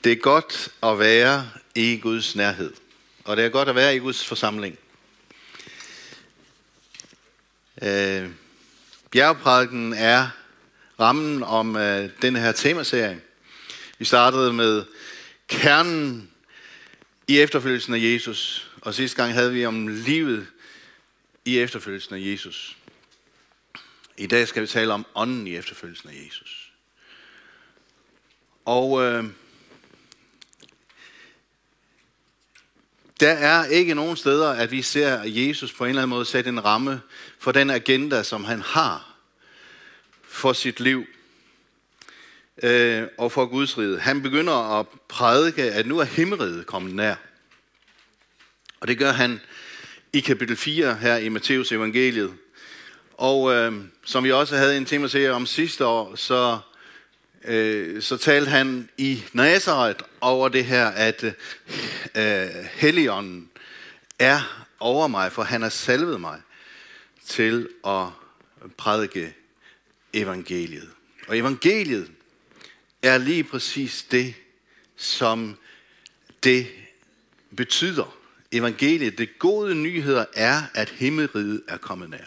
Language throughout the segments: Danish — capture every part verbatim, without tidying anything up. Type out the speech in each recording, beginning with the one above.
Det er godt at være i Guds nærhed, og det er godt at være i Guds forsamling. Øh, bjergprædiken er rammen om øh, denne her temaserie. Vi startede med kernen i efterfølgelsen af Jesus, og sidste gang havde vi om livet i efterfølgelsen af Jesus. I dag skal vi tale om ånden i efterfølgelsen af Jesus. Og øh, der er ikke nogen steder, at vi ser Jesus på en eller anden måde sætte en ramme for den agenda, som han har for sit liv øh, og for Guds rige. Han begynder at prædike, at nu er himmeriget kommet nær. Og det gør han i kapitel fire her i Matteus evangeliet. Og øh, som vi også havde en temaserie om sidste år, så, øh, så talte han i Nazareth over det her, at øh, Helligånden er over mig, for han har salvet mig til at prædike evangeliet. Og evangeliet er lige præcis det, som det betyder. Evangeliet, det gode nyheder er, at himmeriget er kommet nær.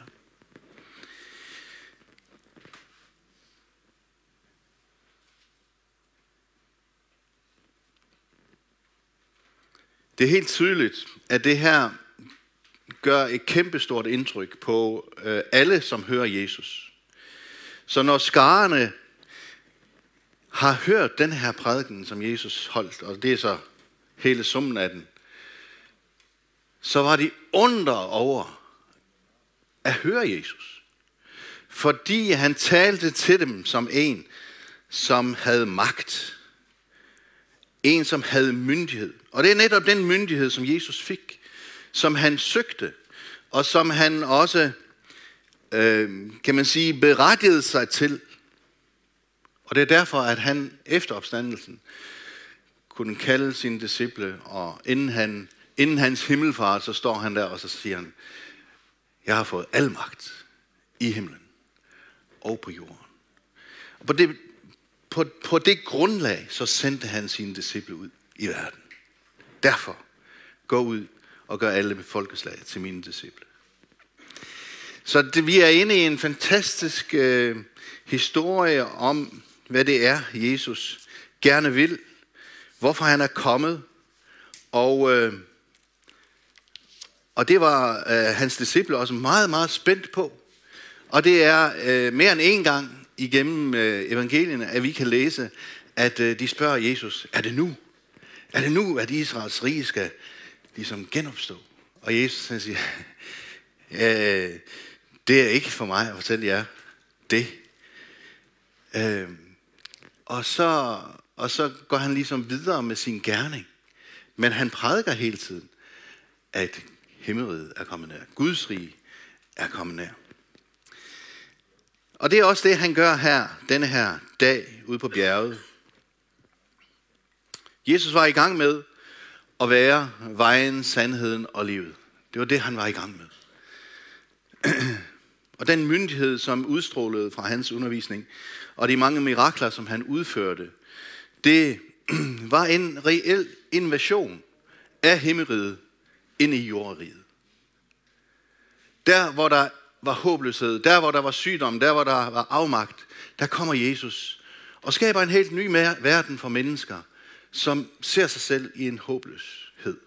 Det er helt tydeligt, at det her gør et kæmpestort indtryk på øh, alle, som hører Jesus. Så når skarerne har hørt den her prædiken, som Jesus holdt, og det er så hele summen af den, så var de undret over at høre Jesus. Fordi han talte til dem som en, som havde magt. En, som havde myndighed. Og det er netop den myndighed, som Jesus fik, som han søgte, og som han også, øh, kan man sige, berettigede sig til. Og det er derfor, at han efter opstandelsen kunne kalde sine disciple, og inden, han, inden hans himmelfart, så står han der, og så siger han, jeg har fået al magt i himlen og på jorden. Og på det, på, på det grundlag, så sendte han sine disciple ud i verden. Derfor, gå ud og gør alle folkeslag til mine disciple. Så det, vi er inde i en fantastisk øh, historie om, hvad det er, Jesus gerne vil, hvorfor han er kommet, og, øh, og det var øh, hans disciple også meget, meget spændt på. Og det er øh, mere end en gang igennem øh, evangelierne, at vi kan læse, at øh, de spørger Jesus, er det nu? Er det nu, at Israels rige skal ligesom genopstå? Og Jesus han siger, øh, det er ikke for mig at fortælle jer det. Øh, og, så, og så går han ligesom videre med sin gerning. Men han prædiker hele tiden, at himmeriget er kommet nær. Guds rige er kommet nær. Og det er også det, han gør her, denne her dag ude på bjerget. Jesus var i gang med at være vejen, sandheden og livet. Det var det, han var i gang med. Og den myndighed, som udstrålede fra hans undervisning, og de mange mirakler, som han udførte, det var en reel invasion af himmeriget ind i jordriget. Der, hvor der var håbløshed, der, hvor der var sygdom, der, hvor der var afmagt, der kommer Jesus og skaber en helt ny verden for mennesker, som ser sig selv i en håbløshed.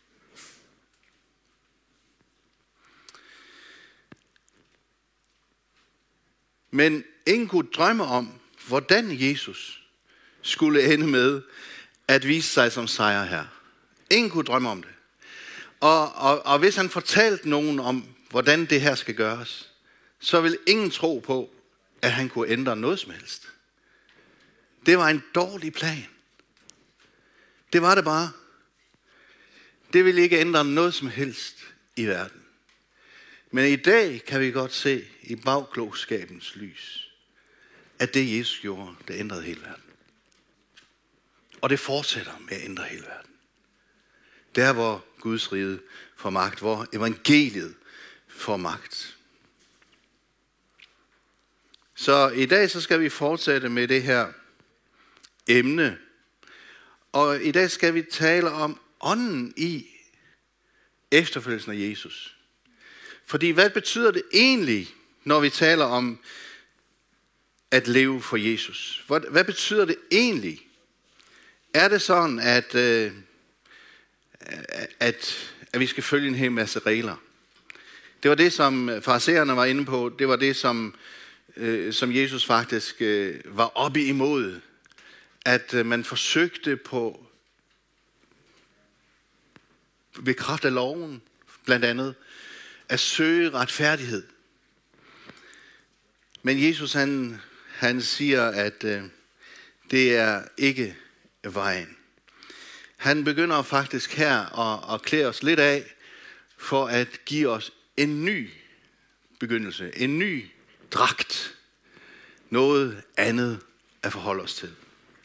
Men ingen kunne drømme om, hvordan Jesus skulle ende med at vise sig som sejr her. Ingen kunne drømme om det. Og, og, og hvis han fortalte nogen om, hvordan det her skal gøres, så vil ingen tro på, at han kunne ændre noget som helst. Det var en dårlig plan. Det var det bare. Det ville ikke ændre noget som helst i verden. Men i dag kan vi godt se i bagklogskabens lys, at det Jesus gjorde, det ændrede hele verden. Og det fortsætter med at ændre hele verden. Der hvor Guds rige får magt, hvor evangeliet får magt. Så i dag så skal vi fortsætte med det her emne Og i dag skal vi tale om ånden i efterfølgelsen af Jesus. Fordi hvad betyder det egentlig, når vi taler om at leve for Jesus? Hvad, hvad betyder det egentlig? Er det sådan, at, øh, at, at vi skal følge en hel masse regler? Det var det, som farisæerne var inde på. Det var det, som, øh, som Jesus faktisk øh, var oppe imod. At øh, man forsøgte på, ved kraft af loven, blandt andet, at søge retfærdighed. Men Jesus, han, han siger, at øh, det er ikke vejen. Han begynder faktisk her at, at klæde os lidt af, for at give os en ny begyndelse, en ny dragt, noget andet at forholde os til.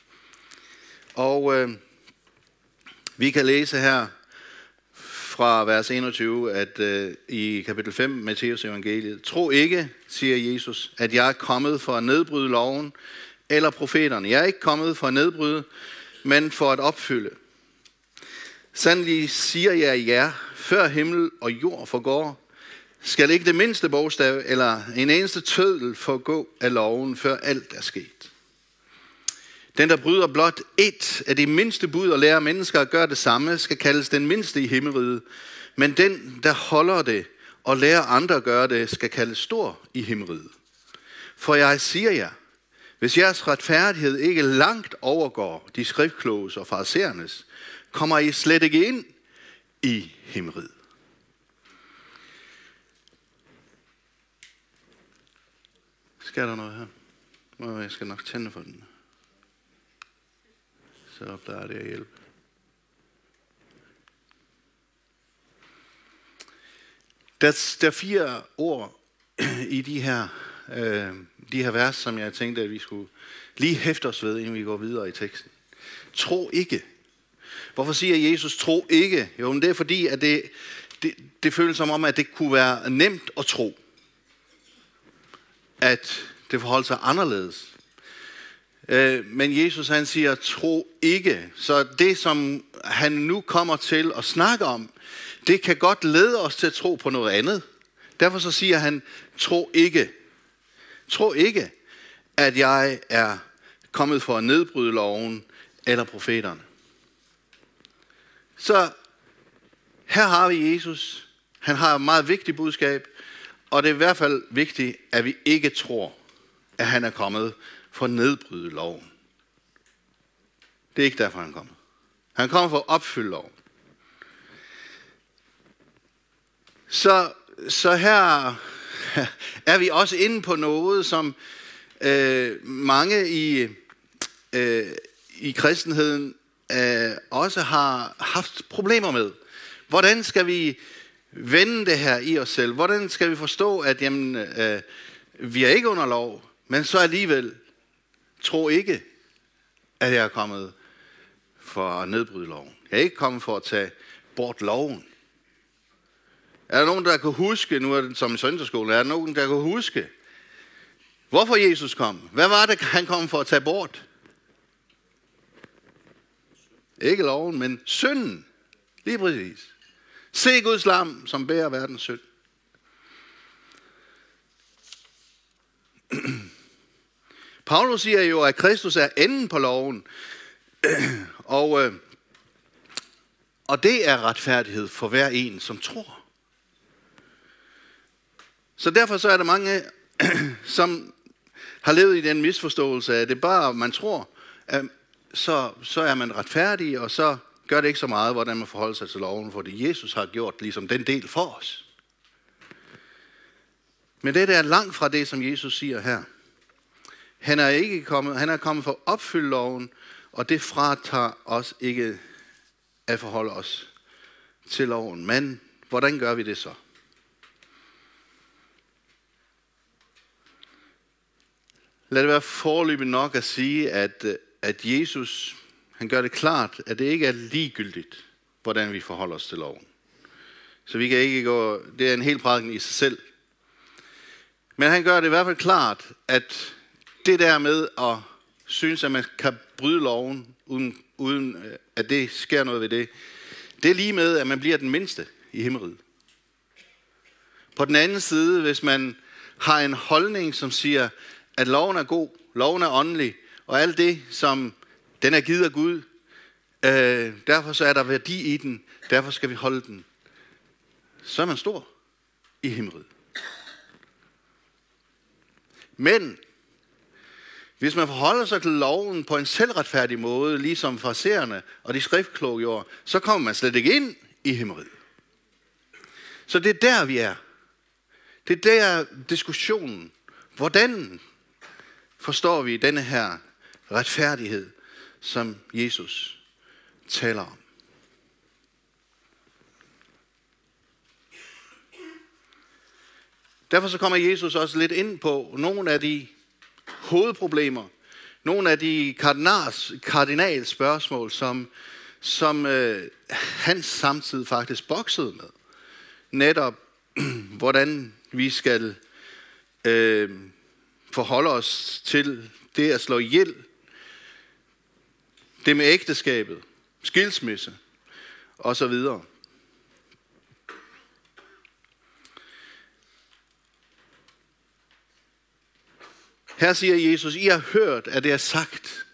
Og øh, vi kan læse her fra vers enogtyve, at øh, i kapitel fem, Matteus evangeliet, tro ikke, siger Jesus, at jeg er kommet for at nedbryde loven eller profeterne. Jeg er ikke kommet for at nedbryde, men for at opfylde. Sandelig siger jeg jer, før himmel og jord forgår, skal ikke det mindste bogstav eller en eneste tøddel forgå af loven, før alt er sket. Den, der bryder blot et af de mindste bud og lærer mennesker at gøre det samme, skal kaldes den mindste i himmeriget. Men den, der holder det og lærer andre at gøre det, skal kaldes stor i himmeriget. For jeg siger jer, hvis jeres retfærdighed ikke langt overgår de skriftkloges og farisæernes, kommer I slet ikke ind i himmeriget. Sker der noget her? Jeg skal nok tænde for den. Så plejer det at hjælpe. Der, der er fire ord i de her, øh, de her vers, som jeg tænkte, at vi skulle lige hæfte os ved, inden vi går videre i teksten. Tro ikke. Hvorfor siger Jesus tro ikke? Jo, men det er fordi, at det, det, det føles som om, at det kunne være nemt at tro. At det forholder sig anderledes. Men Jesus, han siger, tro ikke. Så det, som han nu kommer til at snakke om, det kan godt lede os til at tro på noget andet. Derfor så siger han, tro ikke. Tro ikke, at jeg er kommet for at nedbryde loven eller profeterne. Så her har vi Jesus. Han har et meget vigtigt budskab, og det er i hvert fald vigtigt, at vi ikke tror, at han er kommet for at nedbryde loven. Det er ikke derfor, han kommer. Han kommer for at opfylde loven. Så, så her er vi også inde på noget, som øh, mange i, øh, i kristenheden øh, også har haft problemer med. Hvordan skal vi vende det her i os selv? Hvordan skal vi forstå, at jamen, øh, vi er ikke under lov, men så alligevel tro ikke, at jeg er kommet for at nedbryde loven. Jeg er ikke kommet for at tage bort loven. Er der nogen, der kan huske, nu er det som i søndagsskolen, er der nogen, der kan huske, hvorfor Jesus kom? Hvad var det, han kom for at tage bort? Ikke loven, men synden. Lige præcis. Se Guds lam, som bærer verdens synd. Paulus siger jo, at Kristus er enden på loven, og, øh, og det er retfærdighed for hver en, som tror. Så derfor så er der mange, som har levet i den misforståelse, at det bare, man tror, at så, så er man retfærdig, og så gør det ikke så meget, hvordan man forholder sig til loven, fordi Jesus har gjort ligesom den del for os. Men det er langt fra det, som Jesus siger her. Han er ikke kommet, han er kommet for at opfylde loven, og det fratager os ikke at forholde os til loven. Men hvordan gør vi det så? Lad det være foreløbigt nok at sige, at, at Jesus, han gør det klart, at det ikke er ligegyldigt, hvordan vi forholder os til loven. Så vi kan ikke gå, det er en hel prædiken i sig selv. Men han gør det i hvert fald klart, at det der med at synes, at man kan bryde loven uden uden at det sker noget ved det. Det er lige med, at man bliver den mindste i himmeriget. På den anden side, hvis man har en holdning, som siger, at loven er god, loven er åndelig, og alt det, som den er givet af Gud, øh, derfor så er der værdi i den, derfor skal vi holde den, så er man stor i himmeriget. Men hvis man forholder sig til loven på en selvretfærdig måde, ligesom farisæerne og de skriftkloge gjorde, så kommer man slet ikke ind i himmeriget. Så det er der, vi er. Det er der diskussionen. Hvordan forstår vi denne her retfærdighed, som Jesus taler om? Derfor så kommer Jesus også lidt ind på nogle af de hovedproblemer, nogle af de kardinale spørgsmål, som, som øh, hans samtid faktisk boksede med. Netop, hvordan vi skal øh, forholde os til det at slå ihjel, det med ægteskabet, skilsmisse og så videre. Her siger Jesus, I har hørt, at det er sagt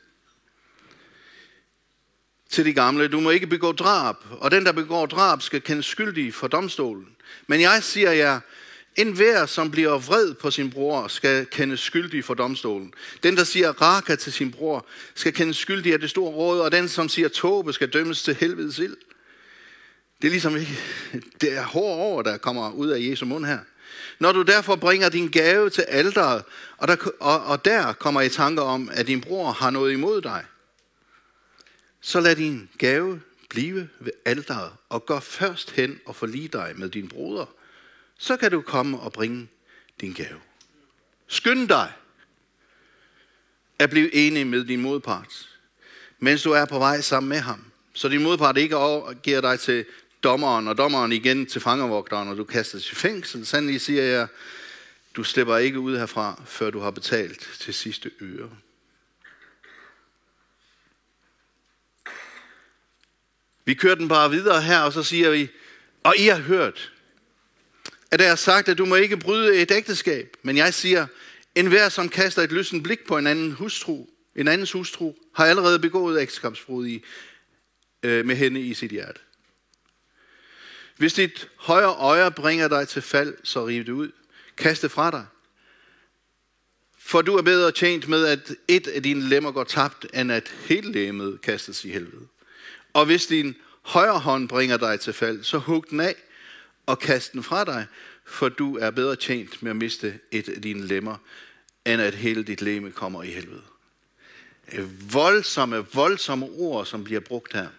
til de gamle, du må ikke begå drab, og den, der begår drab, skal kendes skyldig for domstolen. Men jeg siger jer, enhver, som bliver vred på sin bror, skal kendes skyldig for domstolen. Den, der siger raka til sin bror, skal kendes skyldig af det store råd, og den, som siger tåbe, skal dømmes til helvedes ild. Det er ligesom ikke, det er hårde ord, der kommer ud af Jesu mund her. Når du derfor bringer din gave til alteret, og der, og, og der kommer i tanker om, at din bror har noget imod dig, så lad din gave blive ved alteret, og gå først hen og forlige dig med din broder. Så kan du komme og bringe din gave. Skynd dig at blive enig med din modpart, mens du er på vej sammen med ham, så din modpart ikke overgiver dig til dommeren, og dommeren igen til fangevogteren, og du kastes i fængsel. Sandelig siger jeg, du slipper ikke ud herfra, før du har betalt til sidste øre. Vi kører den bare videre her, og så siger vi, og I har hørt, at der er sagt, at du må ikke bryde et ægteskab. Men jeg siger, enhver som kaster et lysten blik på en anden hustru, en andens hustru, har allerede begået ægteskabsbrud i, øh, med hende i sit hjerte. Hvis dit højre øje bringer dig til fald, så riv det ud. Kast det fra dig. For du er bedre tjent med, at et af dine lemmer går tabt, end at hele lemmet kastes i helvede. Og hvis din højre hånd bringer dig til fald, så hug den af og kast den fra dig, for du er bedre tjent med at miste et af dine lemmer, end at hele dit lemme kommer i helvede. Voldsomme, voldsomme ord, som bliver brugt her.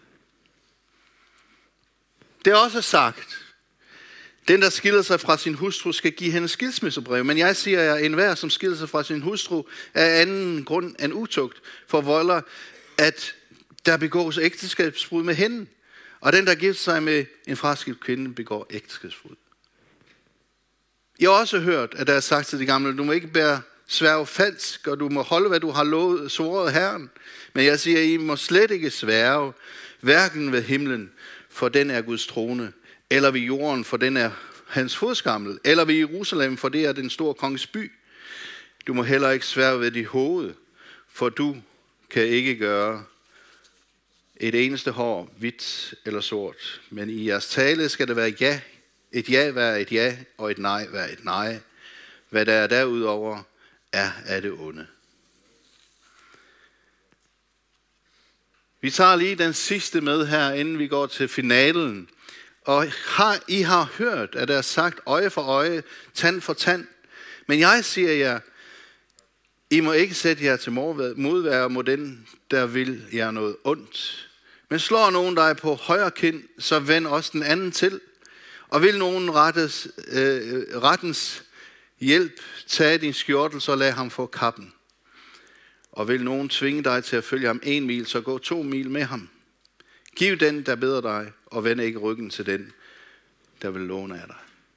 Det er også sagt, den der skiller sig fra sin hustru skal give hende skilsmissebrev. Men jeg siger jer, enhver som skiller sig fra sin hustru af anden grund end utugt, forvolder, at der begås ægteskabsbrud med hende. Og den der gifter sig med en fraskilt kvinde begår ægteskabsbrud. Jeg har også hørt, at der er sagt til de gamle, du må ikke bære sværge falsk, og du må holde, hvad du har lovet, svoret Herren. Men jeg siger, I må slet ikke sværge, hverken ved himlen, for den er Guds trone, eller ved jorden, for den er hans fodskammel, eller ved Jerusalem, for det er den store konges by. Du må heller ikke sværge ved dit hoved, for du kan ikke gøre et eneste hår hvidt eller sort. Men i jeres tale skal det være ja, et ja være et ja, og et nej være et nej. Hvad der er derudover, er af det onde. Vi tager lige den sidste med her, inden vi går til finalen. Og har, I har hørt, at der er sagt øje for øje, tand for tand. Men jeg siger jer, I må ikke sætte jer til modvær mod den, der vil jer noget ondt. Men slår nogen dig på højre kind, så vend også den anden til. Og vil nogen rettes, øh, rettens hjælp tage din skjortel, så lad ham få kappen. Og vil nogen tvinge dig til at følge ham en mil, så gå to mil med ham. Giv den, der beder dig, og vend ikke ryggen til den, der vil låne af dig.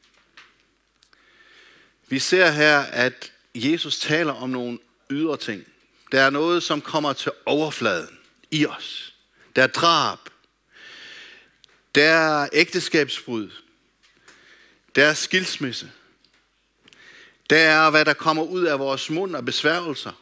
Vi ser her, at Jesus taler om nogle ydre ting. Der er noget, som kommer til overfladen i os. Der er drab. Der er ægteskabsbrud. Der er skilsmisse. Der er, hvad der kommer ud af vores mund af besværgelser.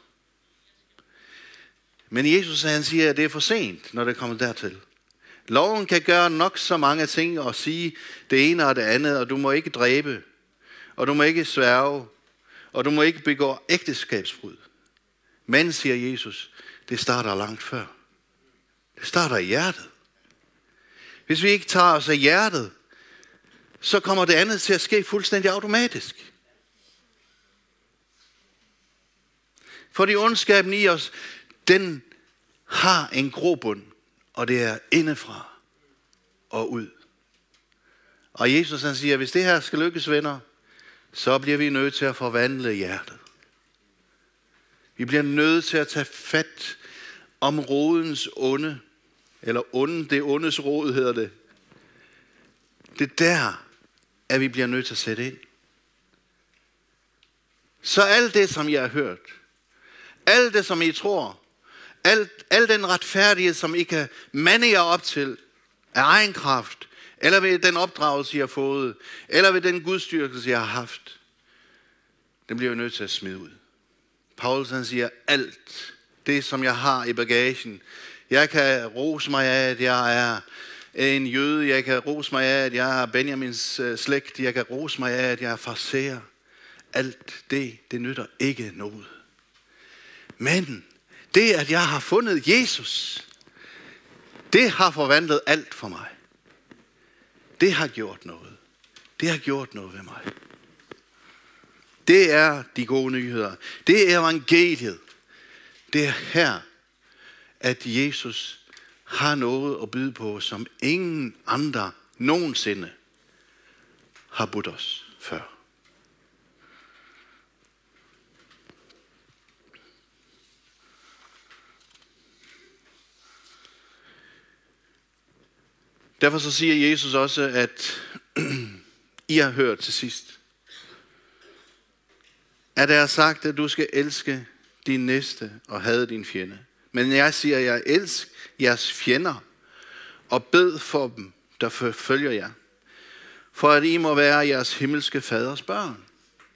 Men Jesus, han siger, at det er for sent, når det kommer dertil. Loven kan gøre nok så mange ting og sige det ene og det andet, og du må ikke dræbe, og du må ikke sværge, og du må ikke begå ægteskabsbrud. Men, siger Jesus, det starter langt før. Det starter i hjertet. Hvis vi ikke tager os af hjertet, så kommer det andet til at ske fuldstændig automatisk. Fordi ondskaben i os, den har en grobund, og det er indefra og ud. Og Jesus, han siger, at hvis det her skal lykkes, venner, så bliver vi nødt til at forvandle hjertet. Vi bliver nødt til at tage fat om rodens onde, eller onde, det ondes rod hedder det. Det er der, at vi bliver nødt til at sætte ind. Så alt det, som jeg har hørt, alt det, som I tror, alt, al den retfærdighed, som I kan mande jer op til af egen kraft, eller ved den opdragelse, I har fået, eller ved den gudstyrkelse, I har haft, den bliver jeg nødt til at smide ud. Paulus, han siger, alt det, som jeg har i bagagen, jeg kan rose mig af, at jeg er en jøde, jeg kan rose mig af, at jeg er Benjamins slægt, jeg kan rose mig af, at jeg er farserer. Alt det, det nytter ikke noget. Men det, at jeg har fundet Jesus, det har forvandlet alt for mig. Det har gjort noget. Det har gjort noget ved mig. Det er de gode nyheder. Det er evangeliet. Det er her, at Jesus har noget at byde på, som ingen andre nogensinde har budt os før. Derfor så siger Jesus også, at I har hørt til sidst, at der er sagt, at du skal elske din næste og hade din fjende. Men jeg siger, at jeg elsker jeres fjender og bed for dem, der forfølger jer, for at I må være jeres himmelske faders børn.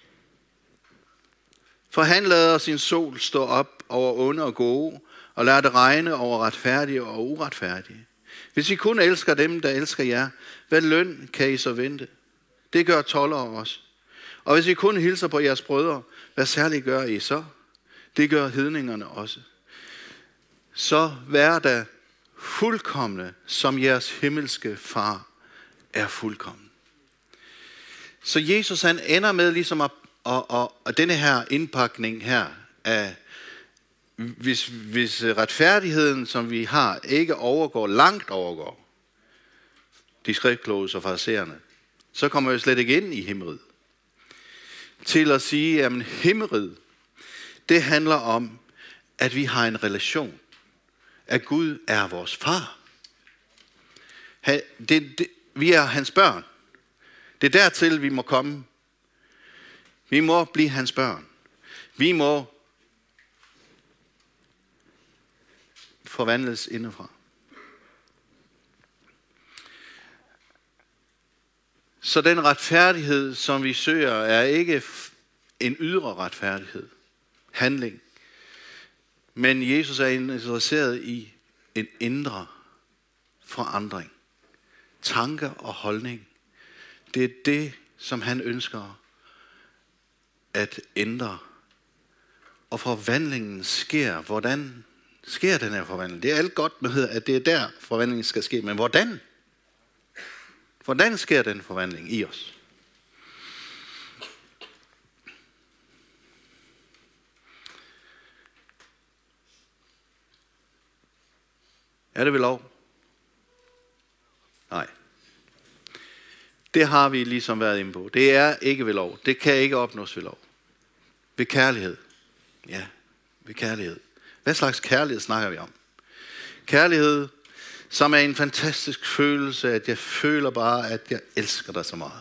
For han lader sin sol stå op over onde og gode, og lader det regne over retfærdige og uretfærdige. Hvis I kun elsker dem, der elsker jer, hvad løn kan I så vente? Det gør toldere også. Og hvis I kun hilser på jeres brødre, hvad særligt gør I så? Det gør hedningerne også. Så vær da fuldkomne, som jeres himmelske far er fuldkommen. Så Jesus, han ender med ligesom at, og, og, og denne her indpakning her af, hvis, hvis retfærdigheden, som vi har, ikke overgår, langt overgår de skriftkloge og farisererne, så kommer vi slet ikke ind i himmeriget. Til at sige, at himmeriget, det handler om, at vi har en relation. At Gud er vores far. Han, det, det, vi er hans børn. Det er dertil, vi må komme. Vi må blive hans børn. Vi må forvandles indefra. Så den retfærdighed, som vi søger, er ikke en ydre retfærdighed, handling. Men Jesus er interesseret i en indre forandring. Tanker og holdning. Det er det, som han ønsker at ændre. Og forvandlingen sker. Hvordan sker den her forvandling? Det er alt godt med, at det er der, forvandlingen skal ske. Men hvordan? Hvordan sker den forvandling i os? Er det ved lov? Nej. Det har vi ligesom været inde på. Det er ikke ved lov. Det kan ikke opnås ved lov. Ved kærlighed. Ja, ved kærlighed. Hvad slags kærlighed snakker vi om? Kærlighed, som er en fantastisk følelse, at jeg føler bare, at jeg elsker dig så meget.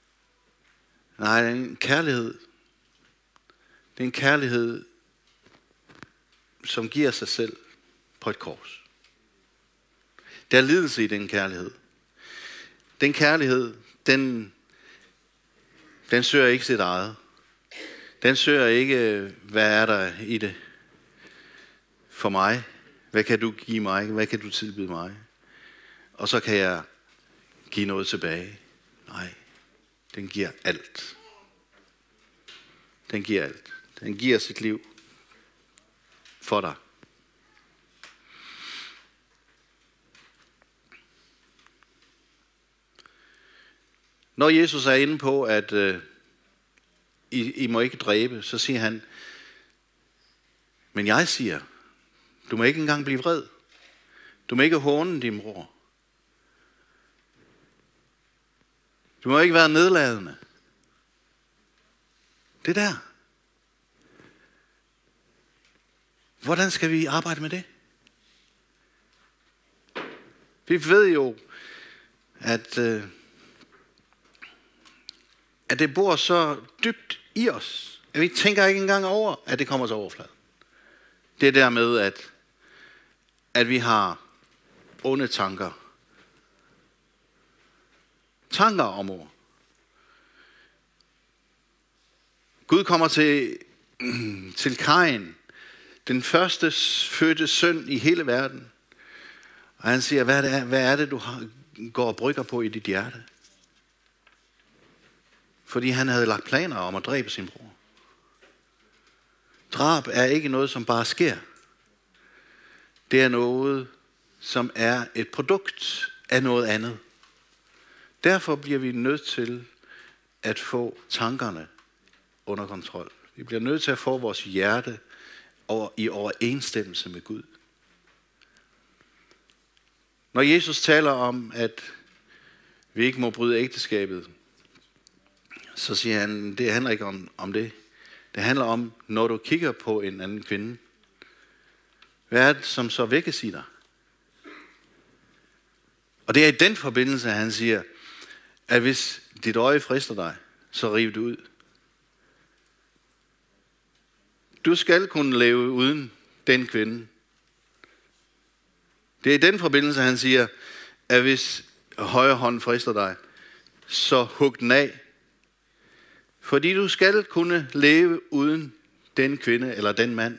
Nej, det er en kærlighed. Det er en kærlighed, som giver sig selv på et kors. Der er lidelse i den kærlighed. Den kærlighed, den, den søger ikke sit eget. Den søger ikke, hvad er der i det for mig? Hvad kan du give mig? Hvad kan du tilbyde mig? Og så kan jeg give noget tilbage. Nej, den giver alt. Den giver alt. Den giver sit liv for dig. Når Jesus er inde på, at øh, I, I må ikke dræbe, så siger han, men jeg siger, du må ikke engang blive vred. Du må ikke håne din bror. Du må ikke være nedladende. Det der. Hvordan skal vi arbejde med det? Vi ved jo, at, øh, at det bor så dybt i os, at vi tænker ikke engang over, at det kommer til overfladen. Det er der med, at, at vi har onde tanker. Tanker om ord. Gud kommer til, til Kain, den første fødte søn i hele verden. Og han siger, hvad er det, hvad er det du har, går og brygger på i dit hjerte? Fordi han havde lagt planer om at dræbe sin bror. Drab er ikke noget, som bare sker. Det er noget, som er et produkt af noget andet. Derfor bliver vi nødt til at få tankerne under kontrol. Vi bliver nødt til at få vores hjerte over, i overensstemmelse med Gud. Når Jesus taler om, at vi ikke må bryde ægteskabet, så siger han, det handler ikke om, om det. Det handler om, når du kigger på en anden kvinde, hvad er det, som så vækkes i dig? Og det er i den forbindelse, at han siger, at hvis dit øje frister dig, så riv det ud. Du skal kunne leve uden den kvinde. Det er i den forbindelse, at han siger, at hvis højre hånd frister dig, så hug den af. Fordi du skal kunne leve uden den kvinde eller den mand.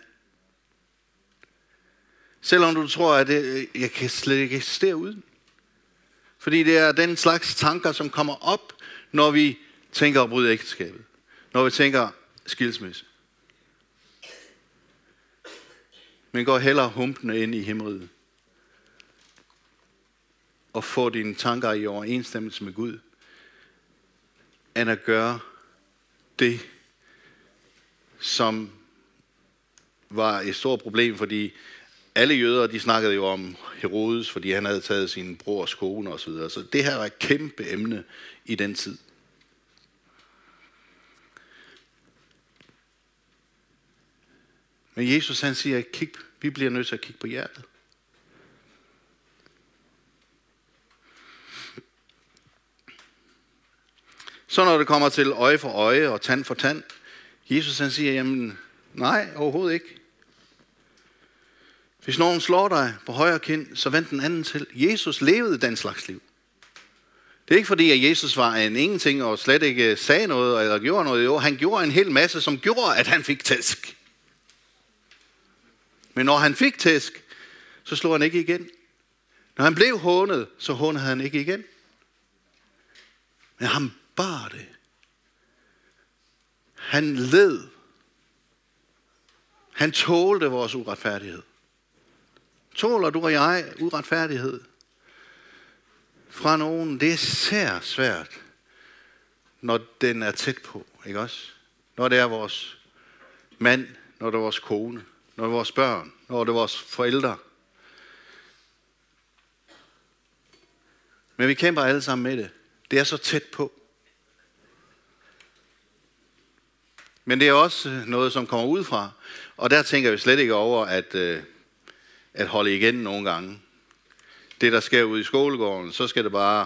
Selvom du tror, at det, jeg kan slet ikke eksistere uden. Fordi det er den slags tanker, som kommer op, når vi tænker at bryde ægteskabet. Når vi tænker skilsmisse. Men gå hellere humpende ind i himmeriget. Og få dine tanker i overensstemmelse med Gud. End at gøre det, som var et stort problem, fordi alle jøder, de snakkede jo om Herodes, fordi han havde taget sin brors kone og så videre. Så det her var et kæmpe emne i den tid. Men Jesus han siger, at kig, vi bliver nødt til at kigge på hjertet. Så når det kommer til øje for øje og tand for tand, Jesus han siger, jamen nej, overhovedet ikke. Hvis nogen slår dig på højre kind, så vend den anden til. Jesus levede den slags liv. Det er ikke fordi, at Jesus var en ingenting og slet ikke sagde noget eller gjorde noget. Jo, han gjorde en hel masse, som gjorde, at han fik tæsk. Men når han fik tæsk, så slog han ikke igen. Når han blev hånet, så hånede han ikke igen. Men han bar det. Han led. Han tålte vores uretfærdighed. Tåler du og jeg uretfærdighed fra nogen? Det er sær svært, når den er tæt på, ikke også? Når det er vores mand, når det er vores kone, når det er vores børn, når det er vores forældre. Men vi kæmper alle sammen med det. Det er så tæt på. Men det er også noget, som kommer udefra. Og der tænker vi slet ikke over, at, øh, at holde igen nogle gange. Det, der sker ude i skolegården, så skal det bare...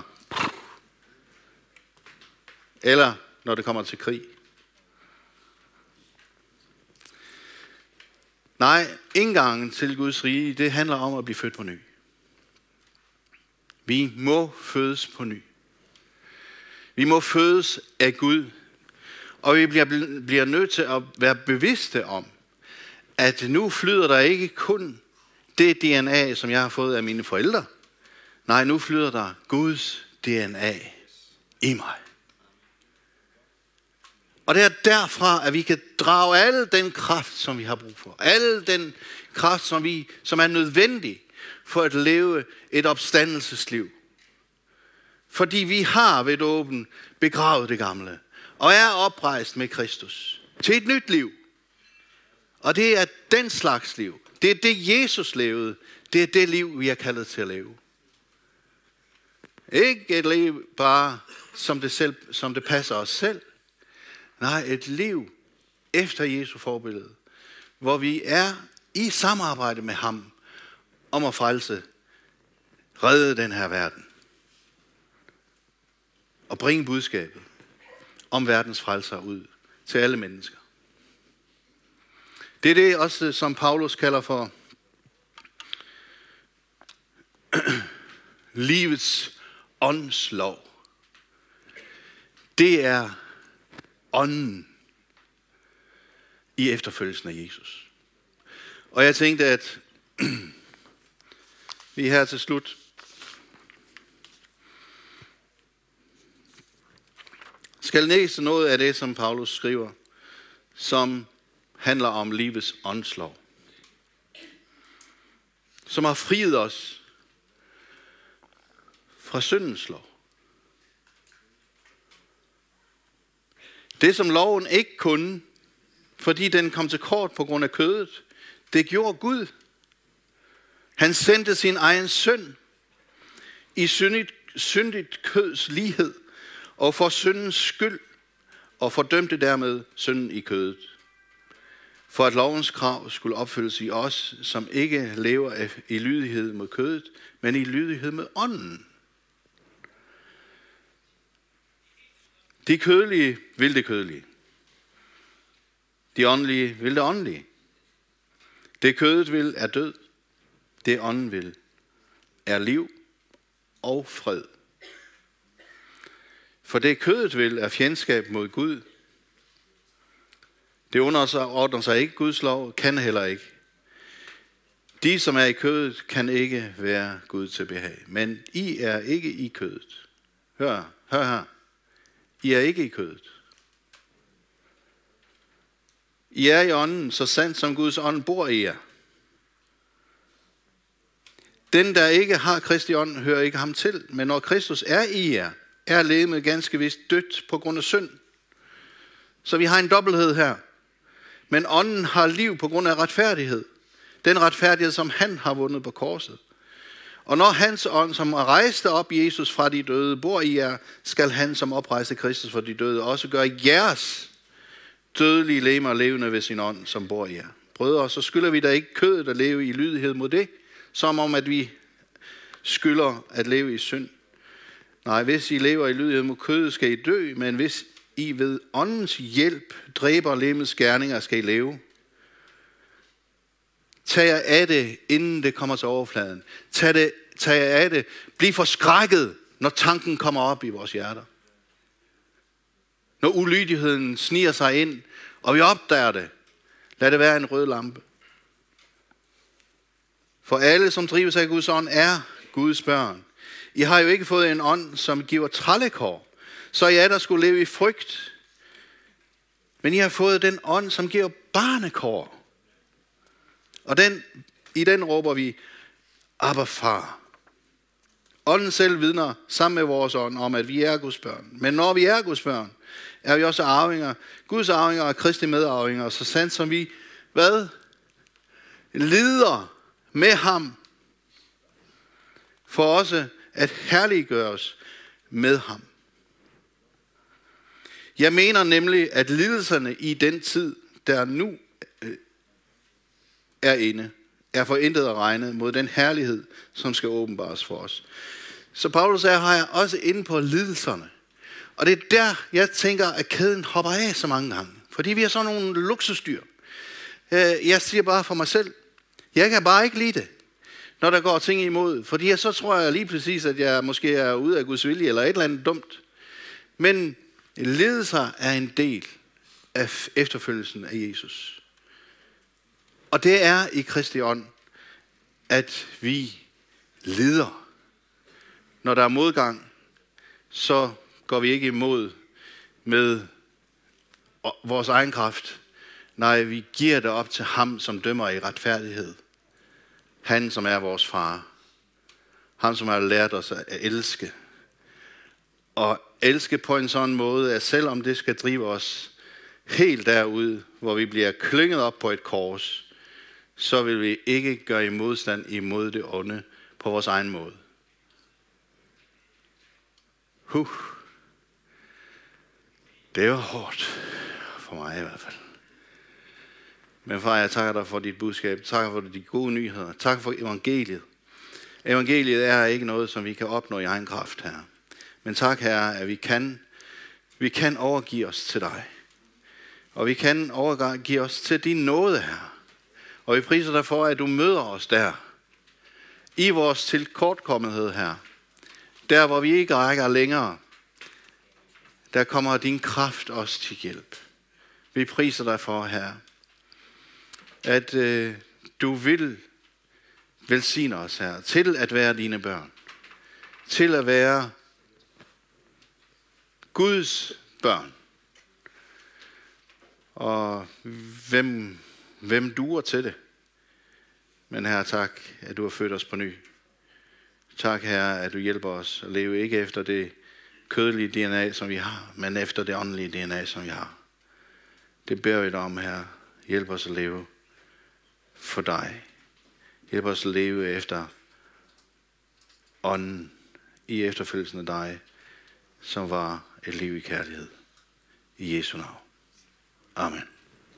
Eller når det kommer til krig. Nej, indgangen til Guds rige, det handler om at blive født på ny. Vi må fødes på ny. Vi må fødes af Gud. Og vi bliver, bliver nødt til at være bevidste om, at nu flyder der ikke kun det D N A, som jeg har fået af mine forældre. Nej, nu flyder der Guds D N A i mig. Og det er derfra, at vi kan drage al den kraft, som vi har brug for. Al den kraft, som, vi, som er nødvendig for at leve et opstandelsesliv. Fordi vi har ved dåben begravet det gamle. Og er oprejst med Kristus til et nyt liv. Og det er den slags liv. Det er det, Jesus levede. Det er det liv, vi er kaldet til at leve. Ikke et liv bare, som det, selv, som det passer os selv. Nej, et liv efter Jesu forbillede. Hvor vi er i samarbejde med ham om at frelse, redde den her verden. Og bringe budskabet om verdens frelser ud til alle mennesker. Det er det også, som Paulus kalder for livets åndslov. Det er ånden i efterfølgelsen af Jesus. Og jeg tænkte, at vi her til slut skal læse noget af det, som Paulus skriver, som handler om livets åndslov. Som har friet os fra syndens lov. Det, som loven ikke kunne, fordi den kom til kort på grund af kødet, det gjorde Gud. Han sendte sin egen søn i syndigt, syndigt køds lighed, og for syndens skyld, og fordømte dermed synden i kødet. For at lovens krav skulle opfyldes i os, som ikke lever i lydighed mod kødet, men i lydighed med ånden. De kødelige vil det kødelige. De åndelige vil det åndelige. Det kødet vil er død. Det ånden vil er liv og fred. For det kødet vil er fjendskab mod Gud. Det underordner sig ikke Guds lov, kan heller ikke. De, som er i kødet, kan ikke være Gud til behag. Men I er ikke i kødet. Hør, hør her. I er ikke i kødet. I er i ånden, så sandt som Guds ånd bor i jer. Den, der ikke har Kristi ånd, hører ikke ham til. Men når Kristus er i jer, er legemet ganske vist dødt på grund af synd. Så vi har en dobbelthed her. Men ånden har liv på grund af retfærdighed. Den retfærdighed, som han har vundet på korset. Og når hans ånd, som rejste op Jesus fra de døde, bor i jer, skal han, som oprejste Kristus fra de døde, også gøre jeres dødelige legemer levende ved sin ånd, som bor i jer. Brødre, så skylder vi da ikke kødet at leve i lydighed mod det, som om at vi skylder at leve i synd. Nej, hvis I lever i lydighed mod kødet, skal I dø, men hvis I ved åndens hjælp dræber legemets gerninger, skal I leve. Tag jer af det, inden det kommer til overfladen. Tag, det, tag jer af det. Bliv forskrækket, når tanken kommer op i vores hjerter. Når ulydigheden sniger sig ind, og vi opdager det, lad det være en rød lampe. For alle, som drives af Guds ånd, er Guds børn. I har jo ikke fået en ånd, som giver trallekår, så I er der skulle leve i frygt. Men I har fået den ånd, som giver barnekår. Og den, i den råber vi, Abba far. Ånden selv vidner sammen med vores ånd om, at vi er Guds børn. Men når vi er Guds børn, er vi også arvinger, Guds arvinger og Kristi medarvinger, så sandt som vi, hvad? Lider med ham, for også at herliggøre os med ham. Jeg mener nemlig, at lidelserne i den tid, der nu er inde, er for intet at regne mod den herlighed, som skal åbenbares for os. Så Paulus er her også inde på lidelserne. Og det er der, jeg tænker, at kæden hopper af så mange gange. Fordi vi er sådan nogle luksusdyr. Jeg siger bare for mig selv, jeg kan bare ikke lide det, når der går ting imod. Fordi så tror jeg lige præcis, at jeg måske er ude af Guds vilje, eller et eller andet dumt. Men lidelser er en del af efterfølgelsen af Jesus. Og det er i Kristi ånd, at vi lider. Når der er modgang, så går vi ikke imod med vores egen kraft. Nej, vi giver det op til ham, som dømmer i retfærdighed. Han, som er vores far. Han, som har lært os at elske. Og elske på en sådan måde, at selvom det skal drive os helt derud, hvor vi bliver klynget op på et kors, så vil vi ikke gøre i modstand imod det onde på vores egen måde. Huh. Det var hårdt. For mig i hvert fald. Men far, jeg takker dig for dit budskab. Tak for de gode nyheder. Tak for evangeliet. Evangeliet er ikke noget, som vi kan opnå i egen kraft her. Men tak, Herre, at vi kan, vi kan overgive os til dig. Og vi kan overgive os til din nåde, Herre. Og vi priser dig for, at du møder os der. I vores tilkortkommenhed, Herre. Der, hvor vi ikke rækker længere. Der kommer din kraft os til hjælp. Vi priser dig for, Herre, at øh, du vil velsigne os, Herre, til at være dine børn. Til at være Guds børn. Og hvem, hvem duer til det? Men Herre, tak, at du har født os på ny. Tak, Herre, at du hjælper os at leve ikke efter det kødelige D N A, som vi har, men efter det åndelige D N A, som vi har. Det beder vi dig om, Herre. Hjælp os at leve for dig. Hjælp os at leve efter ånden i efterfølgelsen af dig, som var et liv i kærlighed. I Jesu navn. Amen.